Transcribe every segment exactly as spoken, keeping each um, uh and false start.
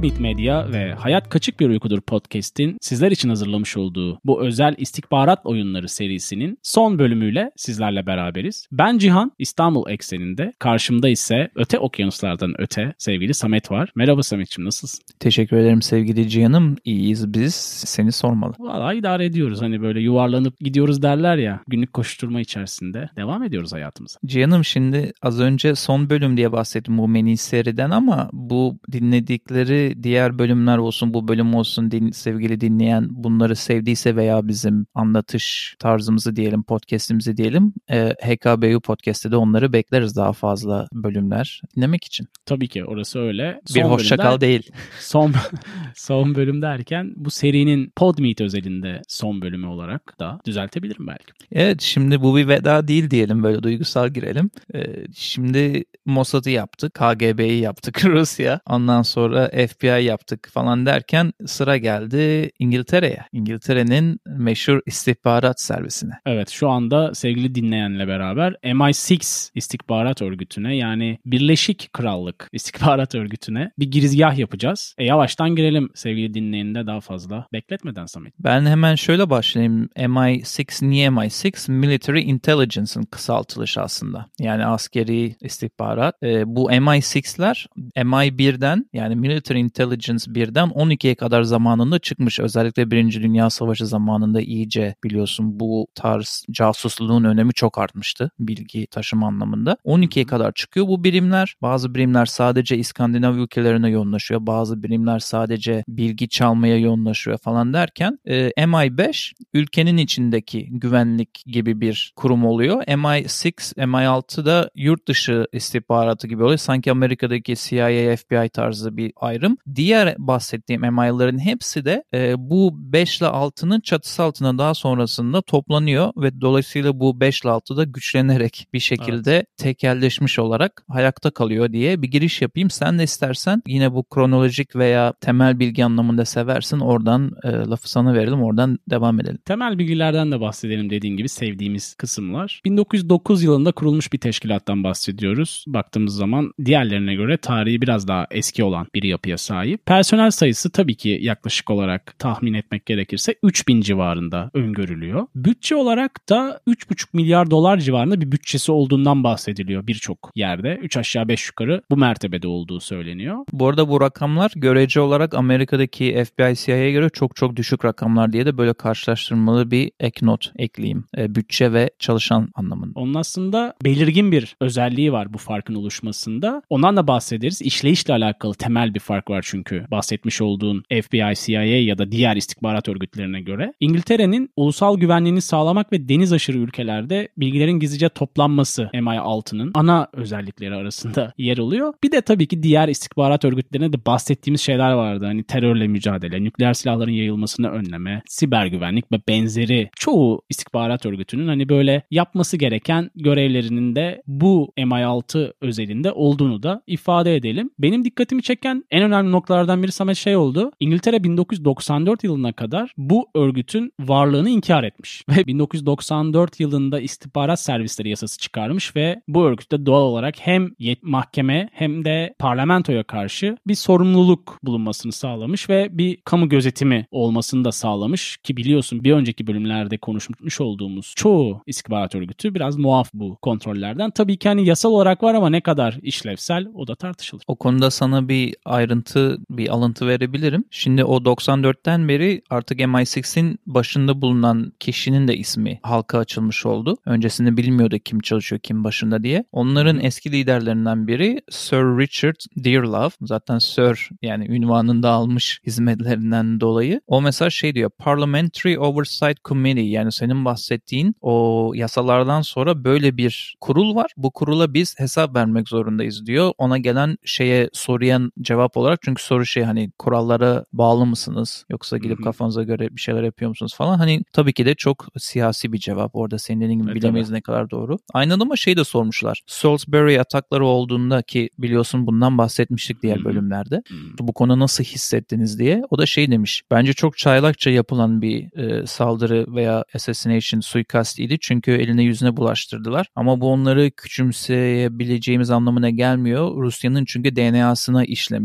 Podmeet Medya ve Hayat Kaçık Bir Uykudur podcast'in sizler için hazırlamış olduğu bu özel istihbarat oyunları serisinin son bölümüyle sizlerle beraberiz. Ben Cihan, İstanbul ekseninde. Karşımda ise öte okyanuslardan öte sevgili Samet var. Merhaba Samet'ciğim, nasılsın? Teşekkür ederim sevgili Cihan'ım. İyiyiz biz. Seni sormalı. Valla idare ediyoruz. Hani böyle yuvarlanıp gidiyoruz derler ya. Günlük koşturma içerisinde devam ediyoruz hayatımıza. Cihan'ım, şimdi az önce son bölüm diye bahsettim bu mini seriden ama bu dinledikleri diğer bölümler olsun, bu bölüm olsun, din, sevgili dinleyen bunları sevdiyse veya bizim anlatış tarzımızı diyelim, podcast'imizi diyelim, e, H K B U Podcast'te de onları bekleriz, daha fazla bölümler dinlemek için. Tabii ki orası öyle. Son bir hoşçakal değil. Son son bölüm derken bu serinin Podmeet özelinde son bölümü olarak da düzeltebilirim belki. Evet, şimdi bu bir veda değil diyelim, böyle duygusal girelim. Ee, şimdi Mossad'ı yaptık, K G B'yi yaptık Rusya, ondan sonra F B I yaptık falan derken sıra geldi İngiltere'ye. İngiltere'nin meşhur istihbarat servisine. Evet, şu anda sevgili dinleyenle beraber M I altı istihbarat örgütüne, yani Birleşik Krallık istihbarat örgütüne bir girizgah yapacağız. E yavaştan girelim sevgili dinleyenini de daha fazla bekletmeden Samet. Ben hemen şöyle başlayayım. M I altı niye M I altı? Military Intelligence'ın kısaltılışı aslında. Yani askeri istihbarat. E, bu M I altılar M I birden, yani Military Intelligence birden on ikiye kadar zamanında çıkmış. Özellikle Birinci Dünya Savaşı zamanında iyice biliyorsun bu tarz casusluğun önemi çok artmıştı. Bilgi taşıma anlamında. on ikiye kadar çıkıyor bu birimler. Bazı birimler sadece İskandinav ülkelerine yoğunlaşıyor. Bazı birimler sadece bilgi çalmaya yoğunlaşıyor falan derken e, M I beş ülkenin içindeki güvenlik gibi bir kurum oluyor. M I altı, M I altı da yurt dışı istihbaratı gibi oluyor. Sanki Amerika'daki C I A, F B I tarzı bir ayrım. Diğer bahsettiğim M I'ların hepsi de e, bu beş ile altının çatısı altına daha sonrasında toplanıyor ve dolayısıyla bu beş ile altı da güçlenerek bir şekilde evet. tekelleşmiş olarak ayakta kalıyor diye bir giriş yapayım. Sen de istersen yine bu kronolojik veya temel bilgi anlamında seversin. Oradan e, lafı sana verelim. Oradan devam edelim. Temel bilgilerden de bahsedelim, dediğin gibi sevdiğimiz kısımlar. bin dokuz yüz dokuz yılında kurulmuş bir teşkilattan bahsediyoruz. Baktığımız zaman diğerlerine göre tarihi biraz daha eski olan bir yapıya sahip. Personel sayısı tabii ki yaklaşık olarak tahmin etmek gerekirse üç bin civarında öngörülüyor. Bütçe olarak da üç buçuk milyar dolar civarında bir bütçesi olduğundan bahsediliyor birçok yerde. üç aşağı beş yukarı bu mertebede olduğu söyleniyor. Bu arada bu rakamlar görece olarak Amerika'daki F B I, C I A'ya göre çok çok düşük rakamlar diye de böyle karşılaştırmalı bir ek not ekleyeyim. E, bütçe ve çalışan anlamında. Onun aslında belirgin bir özelliği var bu farkın oluşmasında. Ondan da bahsederiz. İşleyişle alakalı temel bir fark var çünkü bahsetmiş olduğun F B I, C I A ya da diğer istihbarat örgütlerine göre. İngiltere'nin ulusal güvenliğini sağlamak ve deniz aşırı ülkelerde bilgilerin gizlice toplanması M I altının ana özellikleri arasında yer alıyor. Bir de tabii ki diğer istihbarat örgütlerine de bahsettiğimiz şeyler vardı. Hani terörle mücadele, nükleer silahların yayılmasını önleme, siber güvenlik ve benzeri çoğu istihbarat örgütünün hani böyle yapması gereken görevlerinin de bu M I altı özelinde olduğunu da ifade edelim. Benim dikkatimi çeken en önemli noktalardan biri Samet şey oldu. İngiltere bin dokuz yüz doksan dört yılına kadar bu örgütün varlığını inkar etmiş. Ve bin dokuz yüz doksan dört yılında istihbarat servisleri yasası çıkarmış ve bu örgütte doğal olarak hem mahkeme hem de parlamentoya karşı bir sorumluluk bulunmasını sağlamış ve bir kamu gözetimi olmasını da sağlamış ki biliyorsun bir önceki bölümlerde konuşmuş olduğumuz çoğu istihbarat örgütü biraz muaf bu kontrollerden. Tabii ki hani yasal olarak var ama ne kadar işlevsel o da tartışılır. O konuda sana bir ayrıntı, bir alıntı verebilirim. Şimdi o doksan dörtten beri artık M I altı'ın başında bulunan kişinin de ismi halka açılmış oldu. Öncesinde bilmiyordu kim çalışıyor, kim başında diye. Onların eski liderlerinden biri Sir Richard Dearlove. Zaten Sir yani ünvanını da almış hizmetlerinden dolayı. O mesela şey diyor, Parliamentary Oversight Committee, yani senin bahsettiğin o yasalardan sonra böyle bir kurul var. Bu kurula biz hesap vermek zorundayız diyor. Ona gelen şeye soruya cevap olarak, çünkü soru şey hani kurallara bağlı mısınız yoksa gidip Hı-hı. kafanıza göre bir şeyler yapıyor musunuz falan. Hani tabii ki de çok siyasi bir cevap. Orada senin dediğin gibi evet, bilemeyiz tabii. ne kadar doğru. Aynı ama şey de sormuşlar. Salisbury atakları olduğunda ki biliyorsun bundan bahsetmiştik diğer Hı-hı. bölümlerde. Hı-hı. Bu konu nasıl hissettiniz diye. O da şey demiş. Bence çok çaylakça yapılan bir e, saldırı veya assassination, suikast idi. Çünkü eline yüzüne bulaştırdılar. Ama bu onları küçümseyebileceğimiz anlamına gelmiyor. Rusya'nın çünkü D N A'sına işlemiş. Baş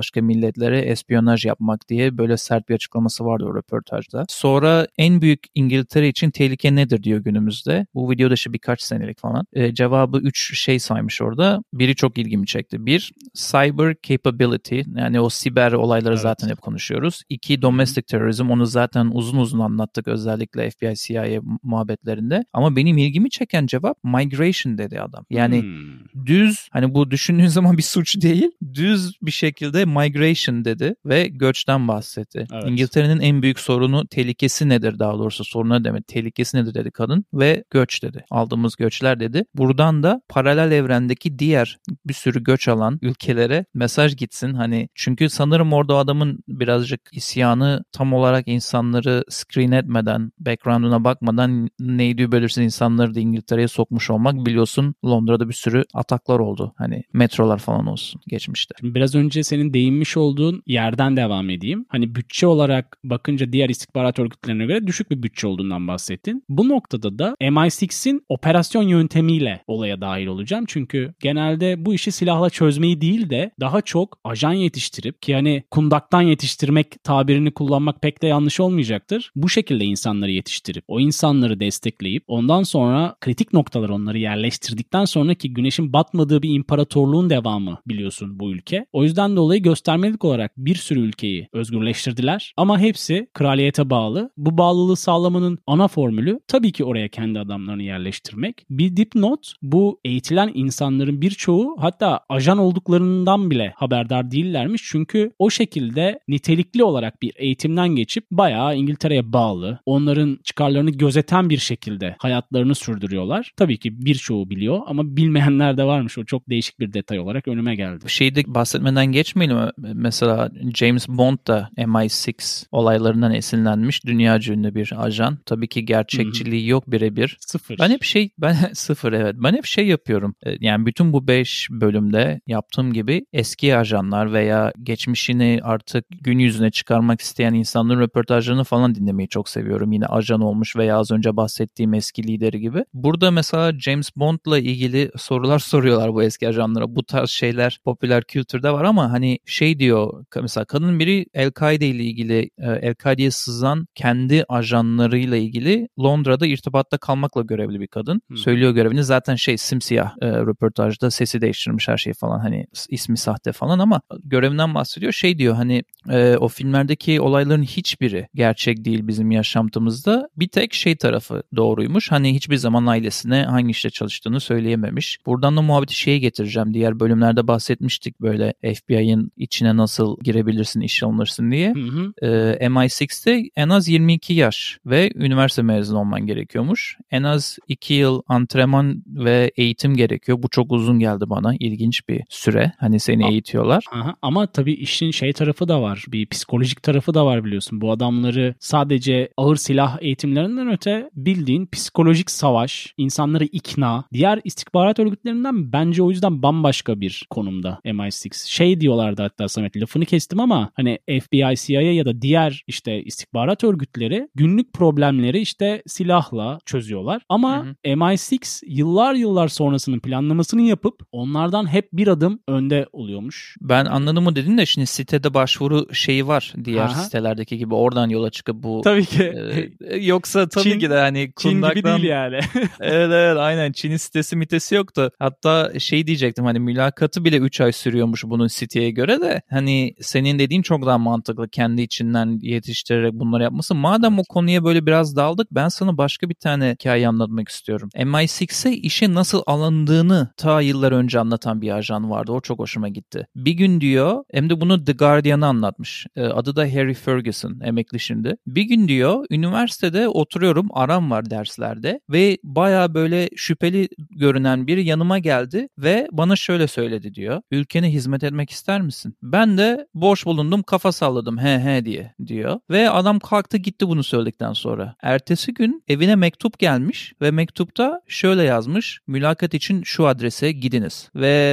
başka milletlere espiyonaj yapmak diye böyle sert bir açıklaması vardı o röportajda. Sonra en büyük İngiltere için tehlike nedir diyor günümüzde. Bu videoda işte birkaç senelik falan. E, cevabı üç şey saymış orada. Biri çok ilgimi çekti. Bir, cyber capability. Yani o siber olayları evet. zaten hep konuşuyoruz. İki, domestic terrorism. Onu zaten uzun uzun anlattık özellikle F B I C I A muhabbetlerinde. Ama benim ilgimi çeken cevap migration dedi adam. Yani hmm. düz, hani bu düşündüğün zaman bir suç değil. Düz bir şekilde migration dedi ve göçten bahsetti. Evet. İngiltere'nin en büyük sorunu, tehlikesi nedir daha doğrusu, sorunu demek, tehlikesi nedir dedi kadın ve göç dedi. Aldığımız göçler dedi. Buradan da paralel evrendeki diğer bir sürü göç alan ülkelere mesaj gitsin. Hani çünkü sanırım orada adamın birazcık isyanı tam olarak insanları screen etmeden, background'una bakmadan neydi belirsiz insanları da İngiltere'ye sokmuş olmak. Biliyorsun Londra'da bir sürü ataklar oldu. Hani metrolar falan olsun geçmişte. Şimdi biraz önce senin değinmiş olduğun yerden devam edeyim. Hani bütçe olarak bakınca diğer istihbarat örgütlerine göre düşük bir bütçe olduğundan bahsettin. Bu noktada da M I altının operasyon yöntemiyle olaya dahil olacağım. Çünkü genelde bu işi silahla çözmeyi değil de daha çok ajan yetiştirip, ki hani kundaktan yetiştirmek tabirini kullanmak pek de yanlış olmayacaktır. Bu şekilde insanları yetiştirip, o insanları destekleyip ondan sonra kritik noktalar onları yerleştirdikten sonraki güneşin batmadığı bir imparatorluğun devamı biliyorsun bu ülke. O yüzden dolayı göstermelik olarak bir sürü ülkeyi özgürleştirdiler. Ama hepsi kraliyete bağlı. Bu bağlılığı sağlamanın ana formülü tabii ki oraya kendi adamlarını yerleştirmek. Bir dipnot, bu eğitilen insanların birçoğu hatta ajan olduklarından bile haberdar değillermiş. Çünkü o şekilde nitelikli olarak bir eğitimden geçip bayağı İngiltere'ye bağlı, onların çıkarlarını gözeten bir şekilde hayatlarını sürdürüyorlar. Tabii ki birçoğu biliyor ama bilmeyenler de varmış. O çok değişik bir detay olarak önüme geldi. Şeyde bahsetmeden geçmeyelim. Mesela James Bond da M I altı olaylarından esinlenmiş dünyaca ünlü bir ajan. Tabii ki gerçekçiliği Hı-hı. yok birebir. Sıfır. Ben hep şey, ben sıfır evet. Ben hep şey yapıyorum. Yani bütün bu beş bölümde yaptığım gibi eski ajanlar veya geçmişini artık gün yüzüne çıkarmak isteyen insanların röportajlarını falan dinlemeyi çok seviyorum. Yine ajan olmuş veya az önce bahsettiğim eski lideri gibi. Burada mesela James Bond'la ilgili sorular soruyorlar bu eski ajanlara. Bu tarz şeyler popüler kültürde var ama hani şey diyor mesela, kadın biri El-Kaide ile ilgili, El-Kaide'ye sızan kendi ajanlarıyla ilgili Londra'da irtibatta kalmakla görevli bir kadın. Hmm. Söylüyor görevini, zaten şey simsiyah e, röportajda sesi değiştirmiş her şey falan, hani ismi sahte falan ama görevinden bahsediyor. Şey diyor hani e, o filmlerdeki olayların hiçbiri gerçek değil bizim yaşantımızda. Bir tek şey tarafı doğruymuş. Hani hiçbir zaman ailesine hangi işte çalıştığını söyleyememiş. Buradan da muhabbeti şeye getireceğim. Diğer bölümlerde bahsetmiştik böyle F B I'nin içine nasıl girebilirsin, işe alınırsın diye. Hı hı. E, M I altıda en az yirmi iki yaş ve üniversite mezunu olman gerekiyormuş. En az iki yıl antrenman ve eğitim gerekiyor. Bu çok uzun geldi bana. İlginç bir süre. Hani seni A- eğitiyorlar. Aha, ama tabii işin şey tarafı da var. Bir psikolojik tarafı da var biliyorsun. Bu adamları sadece ağır silah eğitimlerinden öte bildiğin psikolojik savaş, insanları ikna, diğer istihbarat örgütlerinden bence o yüzden bambaşka bir konumda M I altı. Şey diyorlardı hatta, Samet lafını kestim ama hani F B I, C I A ya da diğer işte istihbarat örgütleri günlük problemleri işte silahla çözüyorlar. Ama hı hı. M I altı yıllar yıllar sonrasının planlamasını yapıp onlardan hep bir adım önde oluyormuş. Ben anladım o dedin de şimdi sitede başvuru şeyi var diğer Aha. sitelerdeki gibi, oradan yola çıkıp bu. Tabii ki. E, yoksa tabii Çin, ki de hani kundaktan. Çin gibi değil yani. evet evet aynen, Çin'in sitesi mitesi yoktu. Hatta şey diyecektim, hani mülakatı bile üç ay sürüyormuş bunun siteye göre de, hani senin dediğin çok daha mantıklı, kendi içinden yetiştirerek bunları yapması. Madem o konuya böyle biraz daldık, ben sana başka bir tane hikaye anlatmak istiyorum. M I altıya işe nasıl alındığını ta yıllar önce anlatan bir ajan vardı. O çok hoşuma gitti. Bir gün diyor, hem de bunu The Guardian'a anlatmış. Adı da Harry Ferguson, emekli şimdi. Bir gün diyor, üniversitede oturuyorum, aram var derslerde ve baya böyle şüpheli görünen biri yanıma geldi ve bana şöyle söyledi diyor. Ülkene hizmet etmek ister misin? Ben de boş bulundum, kafa salladım he he diye diyor. Ve adam kalktı gitti bunu söyledikten sonra. Ertesi gün evine mektup gelmiş ve mektupta şöyle yazmış: mülakat için şu adrese gidiniz. Ve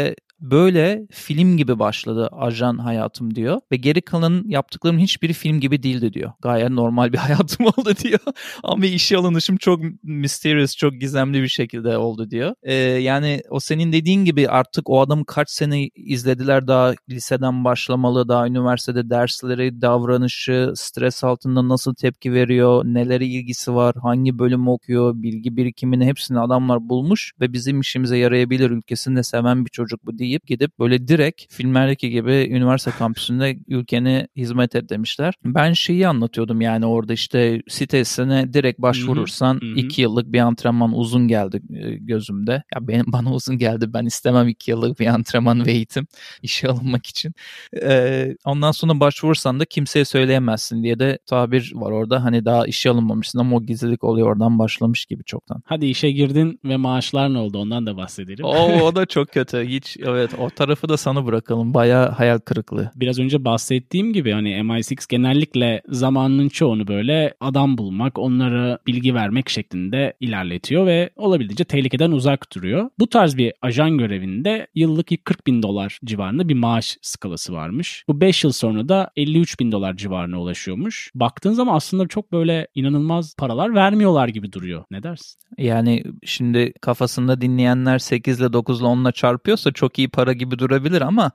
böyle film gibi başladı ajan hayatım diyor. Ve geri kalan yaptıklarım hiçbiri film gibi değildi diyor. Gayet normal bir hayatım oldu diyor. Ama işe alınışım çok mysterious, çok gizemli bir şekilde oldu diyor. Ee, yani o senin dediğin gibi artık o adamı kaç sene izlediler, daha liseden başlamalı, daha üniversitede dersleri, davranışı, stres altında nasıl tepki veriyor, nelere ilgisi var, hangi bölüm okuyor, bilgi birikimini hepsini adamlar bulmuş ve bizim işimize yarayabilir, ülkesini de seven bir çocuk bu deyip gidip böyle direkt filmlerdeki gibi üniversite kampüsünde ülkene hizmet et demişler. Ben şeyi anlatıyordum yani orada işte sitesine direkt başvurursan hı hı. iki yıllık bir antrenman uzun geldi gözümde. Ya benim bana uzun geldi. Ben istemem iki yıllık bir antrenman ve eğitim işe alınmak için. Ee, ondan sonra başvurursan da kimseye söyleyemezsin diye de tabir var orada. Hani daha işe alınmamışsın ama o gizlilik oluyor oradan başlamış gibi çoktan. Hadi işe girdin ve maaşlar ne oldu? Ondan da bahsedelim. Oo, o da çok kötü. Hiç evet o tarafı da sana bırakalım. Bayağı hayal kırıklığı. Biraz önce bahsettiğim gibi hani M I altı genellikle zamanının çoğunu böyle adam bulmak, onlara bilgi vermek şeklinde ilerletiyor ve olabildiğince tehlikeden uzak duruyor. Bu tarz bir ajan görevinde yıllık kırk bin dolar civarında bir maaş skalası varmış. Bu beş yıl sonra da elli üç bin dolar civarına ulaşıyormuş. Baktığın zaman aslında çok böyle inanılmaz paralar vermiyorlar gibi duruyor. Ne dersin? Yani şimdi kafasında dinleyenler sekiz ile dokuz ile on ile çarpıyorsa çok iyi para gibi durabilir ama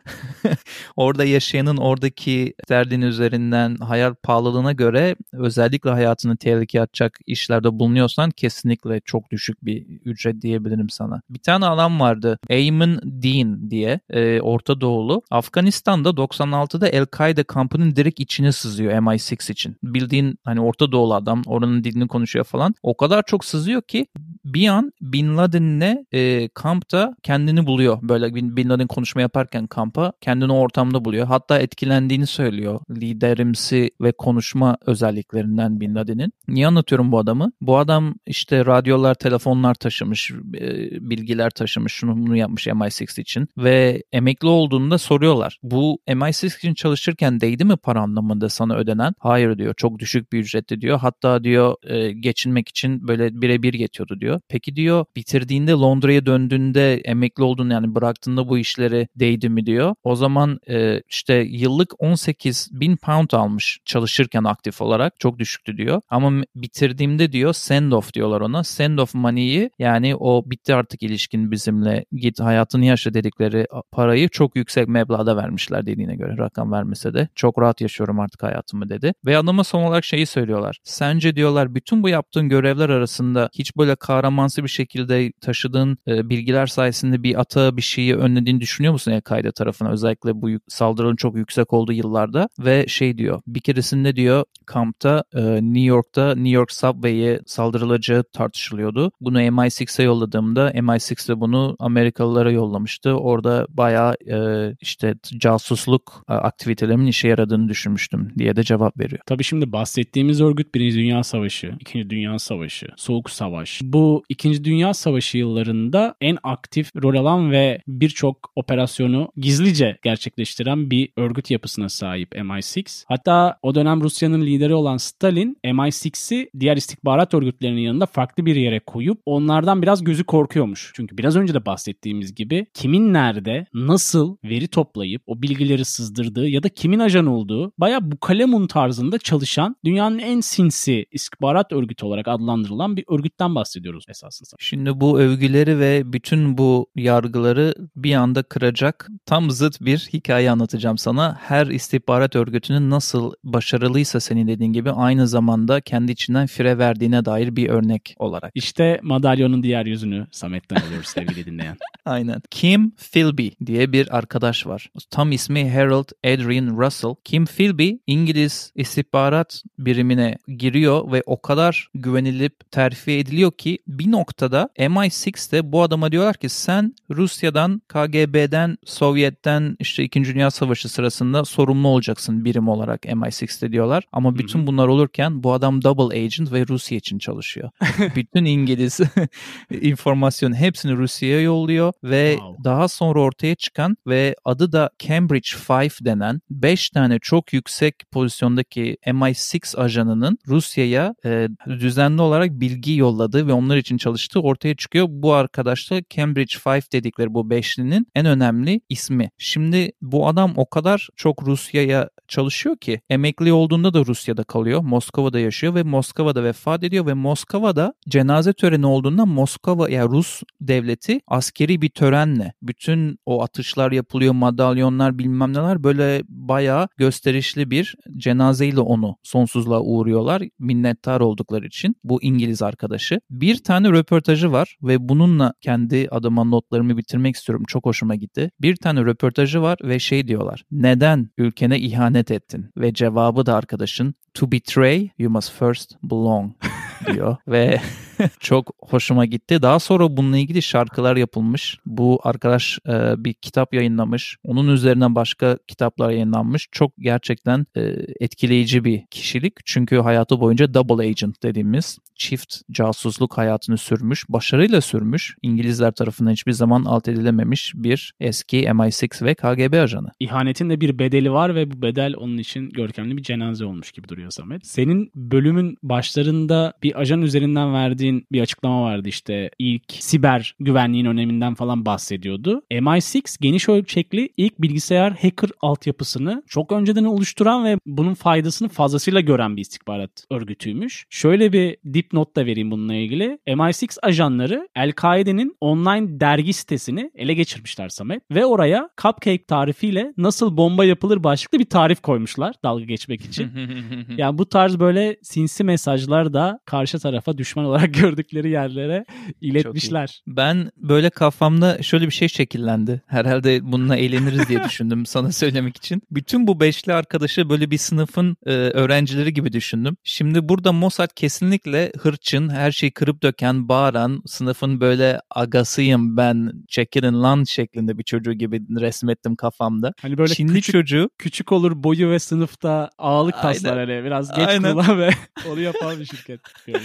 orada yaşayanın oradaki derdin üzerinden hayal pahalılığına göre özellikle hayatını tehlikeye atacak işlerde bulunuyorsan kesinlikle çok düşük bir ücret diyebilirim sana. Bir tane adam vardı. Ayman Dean diye e, Orta Doğulu. Afganistan'da doksan altıda El-Kaide kampının direkt içine sızıyor M I altı için. Bildiğin hani Orta Doğulu adam oranın dilini konuşuyor falan. O kadar çok sızıyor ki bir an Bin Laden'le e, kampta kendini buluyor. Böyle Bin, Bin Laden konuşma yaparken kampa kendini o ortamda buluyor. Hatta etkilendiğini söylüyor. Liderimsi ve konuşma özelliklerinden Bin Laden'in. Niye anlatıyorum bu adamı? Bu adam işte radyolar, telefonlar taşımış, e, bilgiler taşımış, şunu bunu yapmış M I altı için ve emekli olduğunda soruyorlar. Bu M I altı için çalışırken değdi mi para anlamında sana ödenen? Hayır diyor. Çok düşük bir ücretti diyor. Hatta diyor e, geçinmek için böyle birebir yetiyordu diyor. Peki diyor bitirdiğinde Londra'ya döndüğünde emekli olduğunu yani bıraktığında bu işleri değdi mi diyor. O zaman e, işte yıllık on sekiz bin pound almış çalışırken aktif olarak. Çok düşüktü diyor. Ama bitirdiğimde diyor send off diyorlar ona. Send off money'i yani o bitti artık ilişkin bizimle git hayatını yaşa dedikleri parayı çok yüksek meblağda vermişler dediğine göre. Rakam vermese de çok rahat yaşıyorum artık hayatımı dedi. Ve adama son olarak şeyi söylüyorlar. Sence diyorlar bütün bu yaptığın görevler arasında hiç böyle kahramansı bir şekilde taşıdığın e, bilgiler sayesinde bir atağı bir şeyi önlediğini düşünüyor musun El-Kaide tarafına? Özellikle bu saldırının çok yüksek olduğu yıllarda ve şey diyor bir keresinde diyor kampta e, New York'ta New York Subway'e saldırılacağı tartışılıyordu. Bunu M I altıya yolladığımda M I altı de bunu Amerikalılara yollamıştı. Orada bayağı e, işte casusluk aktivitelerimin işe yaradığını düşünmüştüm diye de cevap veriyor. Tabii şimdi bahsettiğimiz örgüt Birinci Dünya Savaşı, İkinci Dünya Savaşı, Soğuk Savaş. Bu İkinci Dünya Savaşı yıllarında en aktif rol alan ve birçok operasyonu gizlice gerçekleştiren bir örgüt yapısına sahip M I altı. Hatta o dönem Rusya'nın lideri olan Stalin M I altı'sı diğer istihbarat örgütlerinin yanında farklı bir yere koyup onlardan biraz gözü korkuyormuş. Çünkü biraz önce de bahsettiğimiz gibi kimin nerede, nasıl veri toplayıp o bilgileri sızdırdığı ya da kimin ajan olduğu bayağı Bukalemun tarzında çalışan dünyanın en sinsi istihbarat örgütü olarak adlandırılan bir örgütten bahsediyoruz esasında. Şimdi bu övgüleri ve bütün bu yargıları bir anda kıracak tam zıt bir hikaye anlatacağım sana. Her istihbarat örgütünün nasıl başarılıysa senin dediğin gibi aynı zamanda kendi içinden fire verdiğine dair bir örnek olarak. İşte madalyonun diğer yüzünü Samet'ten alıyoruz sevgili dinleyen. Aynen. Kim Philby diye bir arkadaş var. Tam ismi Harold Adrian Russell. Kim Philby İngiliz istihbarat birimine giriyor ve o kadar güvenilip terfi ediliyor ki bir noktada M I altı'de bu adama diyorlar ki sen Rusya'dan, K G B'den, Sovyet'ten işte İkinci Dünya Savaşı sırasında sorumlu olacaksın birim olarak M I altı'de diyorlar. Ama bütün bunlar olurken bu adam double agent ve Rusya için çalışıyor. Bütün İngiliz informasyon hepsini Rusya'ya yolluyor ve wow. Daha sonra ortaya çıkan ve adı da Cambridge Five denen beş tane çok yüksek pozisyondaki M I altı ajanının Rusya'ya e, düzenli olarak bilgi yolladığı ve onlar için çalıştığı ortaya çıkıyor. Bu arkadaş da Cambridge Five dedikleri bu beşlinin en önemli ismi. Şimdi bu adam o kadar çok Rusya'ya çalışıyor ki emekli olduğunda da Rusya'da kalıyor. Moskova'da yaşıyor ve Moskova'da vefat ediyor ve Moskova'da cenaze töreni olduğunda Moskova ya yani Rus devleti askeri bir törenle bütün o atışlar yapılıyor, madalyonlar bilmem neler böyle bayağı gösterişli bir cenazeyle onu sonsuzluğa uğruyorlar minnettar oldukları için bu İngiliz arkadaşı. Bir tane röportajı var ve bununla kendi adıma notlarımı bitirmek istiyorum. Çok hoşuma gitti. Bir tane röportajı var ve şey diyorlar. Neden ülkene ihanet ettin? Ve cevabı da arkadaşın to betray you must first belong diyor ve çok hoşuma gitti. Daha sonra bununla ilgili şarkılar yapılmış. Bu arkadaş e, bir kitap yayınlamış. Onun üzerine başka kitaplar yayınlanmış. Çok gerçekten e, etkileyici bir kişilik. Çünkü hayatı boyunca double agent dediğimiz çift casusluk hayatını sürmüş. Başarıyla sürmüş. İngilizler tarafından hiçbir zaman alt edilememiş bir eski M I altı ve K G B ajanı. İhanetin de bir bedeli var ve bu bedel onun için görkemli bir cenaze olmuş gibi duruyor Samet. Senin bölümün başlarında bir ajan üzerinden verdiğin bir açıklama vardı işte ilk siber güvenliğin öneminden falan bahsediyordu. M I altı geniş ölçekli ilk bilgisayar hacker altyapısını çok önceden oluşturan ve bunun faydasını fazlasıyla gören bir istihbarat örgütüymüş. Şöyle bir dipnot da vereyim bununla ilgili. M I altı ajanları El-Kaide'nin online dergi sitesini ele geçirmişler Samet ve oraya cupcake tarifiyle nasıl bomba yapılır başlıklı bir tarif koymuşlar dalga geçmek için. Yani bu tarz böyle sinsi mesajlar da karşı tarafa düşman olarak gördükleri yerlere iletmişler. Ben böyle kafamda şöyle bir şey şekillendi. Herhalde bununla eğleniriz diye düşündüm sana söylemek için. Bütün bu beşli arkadaşı böyle bir sınıfın e, öğrencileri gibi düşündüm. Şimdi burada Mossad kesinlikle hırçın, her şeyi kırıp döken, bağıran, sınıfın böyle agasıyım ben, çekilin lan şeklinde bir çocuğu gibi resmettim kafamda. Hani böyle Çinli küçük, çocuğu. Küçük olur boyu ve sınıfta ağalık taslar hani biraz geç kurulan ve onu yapan bir şirket.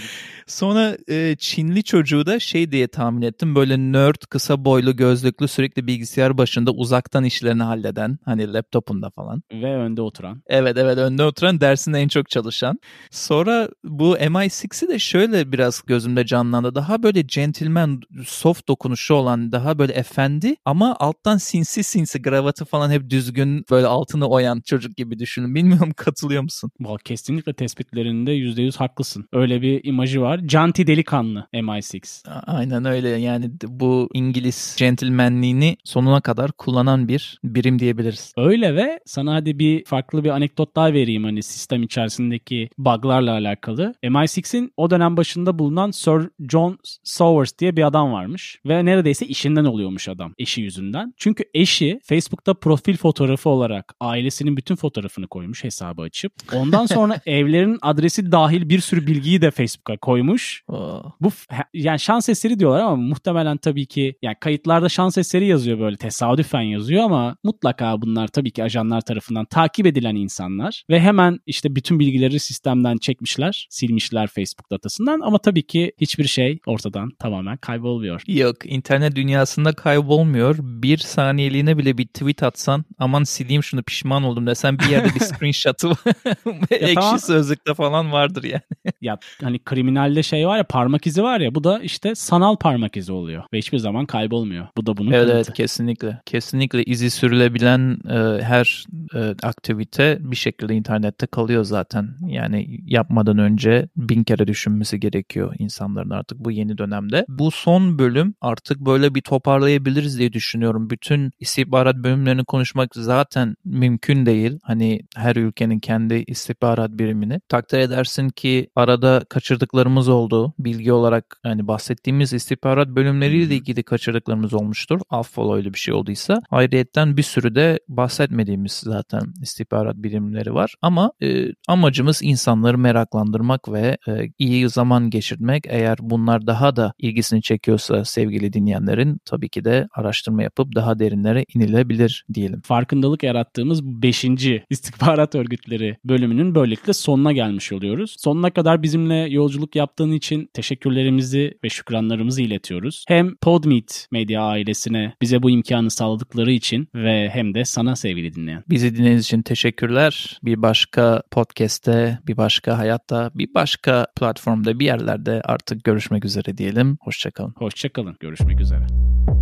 Sonra e, Çinli çocuğu da şey diye tahmin ettim. Böyle nerd, kısa boylu, gözlüklü, sürekli bilgisayar başında uzaktan işlerini halleden. Hani laptopunda falan. Ve önde oturan. Evet evet önde oturan, dersinde en çok çalışan. Sonra bu M I altı'ı de şöyle biraz gözümde canlandı. Daha böyle gentleman, soft dokunuşu olan, daha böyle efendi ama alttan sinsi sinsi, gravatı falan hep düzgün, böyle altını oyan çocuk gibi düşünün. Bilmiyorum, katılıyor musun? Vallahi kesinlikle tespitlerinde yüzde yüz haklısın. Öyle bir imajı var. Canti delikanlı M I altı. Aynen öyle, yani bu İngiliz gentlemanliğini sonuna kadar kullanan bir birim diyebiliriz. Öyle ve sana hadi bir farklı bir anekdot daha vereyim hani sistem içerisindeki bug'larla alakalı. M I altı'ın o dönem başında bulunan Sir John Sowers diye bir adam varmış ve neredeyse işinden oluyormuş adam eşi yüzünden. Çünkü eşi Facebook'ta profil fotoğrafı olarak ailesinin bütün fotoğrafını koymuş hesabı açıp. Ondan sonra evlerinin adresi dahil bir sürü bilgiyi de Facebook'a koymuş. Oh. Bu yani şans eseri diyorlar ama muhtemelen tabii ki yani kayıtlarda şans eseri yazıyor, böyle tesadüfen yazıyor ama mutlaka bunlar tabii ki ajanlar tarafından takip edilen insanlar ve hemen işte bütün bilgileri sistemden çekmişler, silmişler Facebook datasından ama tabii ki hiçbir şey ortadan tamamen kaybolmuyor. Yok, internet dünyasında kaybolmuyor. Bir saniyeliğine bile bir tweet atsan, aman sileyim şunu pişman oldum desen, bir yerde bir screenshot'ı ekşi tamam. Sözlükte falan vardır yani. Ya hani kriminalde şey var ya, parmak izi var ya, bu da işte sanal parmak izi oluyor ve hiçbir zaman kaybolmuyor. Bu da bunun evet, kanıtı. Evet kesinlikle. Kesinlikle izi sürülebilen e, her e, aktivite bir şekilde internette kalıyor zaten. Yani yapmadan önce bin kere düşünmesi gerekiyor insanların artık bu yeni dönemde. Bu son bölüm artık böyle bir toparlayabiliriz diye düşünüyorum. Bütün istihbarat bölümlerini konuşmak zaten mümkün değil. Hani her ülkenin kendi istihbarat birimini. Takdir edersin ki arada kaçırdıklarımız oldu. Bilgi olarak hani bahsettiğimiz istihbarat bölümleriyle ilgili kaçırdıklarımız olmuştur. Affola öyle bir şey olduysa. Ayrıyeten bir sürü de bahsetmediğimiz zaten istihbarat birimleri var. Ama e, amacımız insanları meraklandırmak ve e, iyi zaman geçirmek. Eğer bunlar daha da ilgisini çekiyorsa sevgili dinleyenlerin, tabii ki de araştırma yapıp daha derinlere inilebilir diyelim. Farkındalık yarattığımız beşinci istihbarat örgütleri bölümünün böylelikle sonuna gelmiş oluyoruz. Sonuna kadar bizimle yolculuk yaptığın için teşekkürlerimizi ve şükranlarımızı iletiyoruz. Hem Podmeet Medya ailesine bize bu imkanı sağladıkları için ve hem de sana sevgili dinleyen. Bizi dinlediğiniz için teşekkürler. Bir başka podcast'te, bir başka hayatta, bir başka platform platformda bir yerlerde artık görüşmek üzere diyelim. Hoşçakalın. Hoşçakalın. Görüşmek üzere.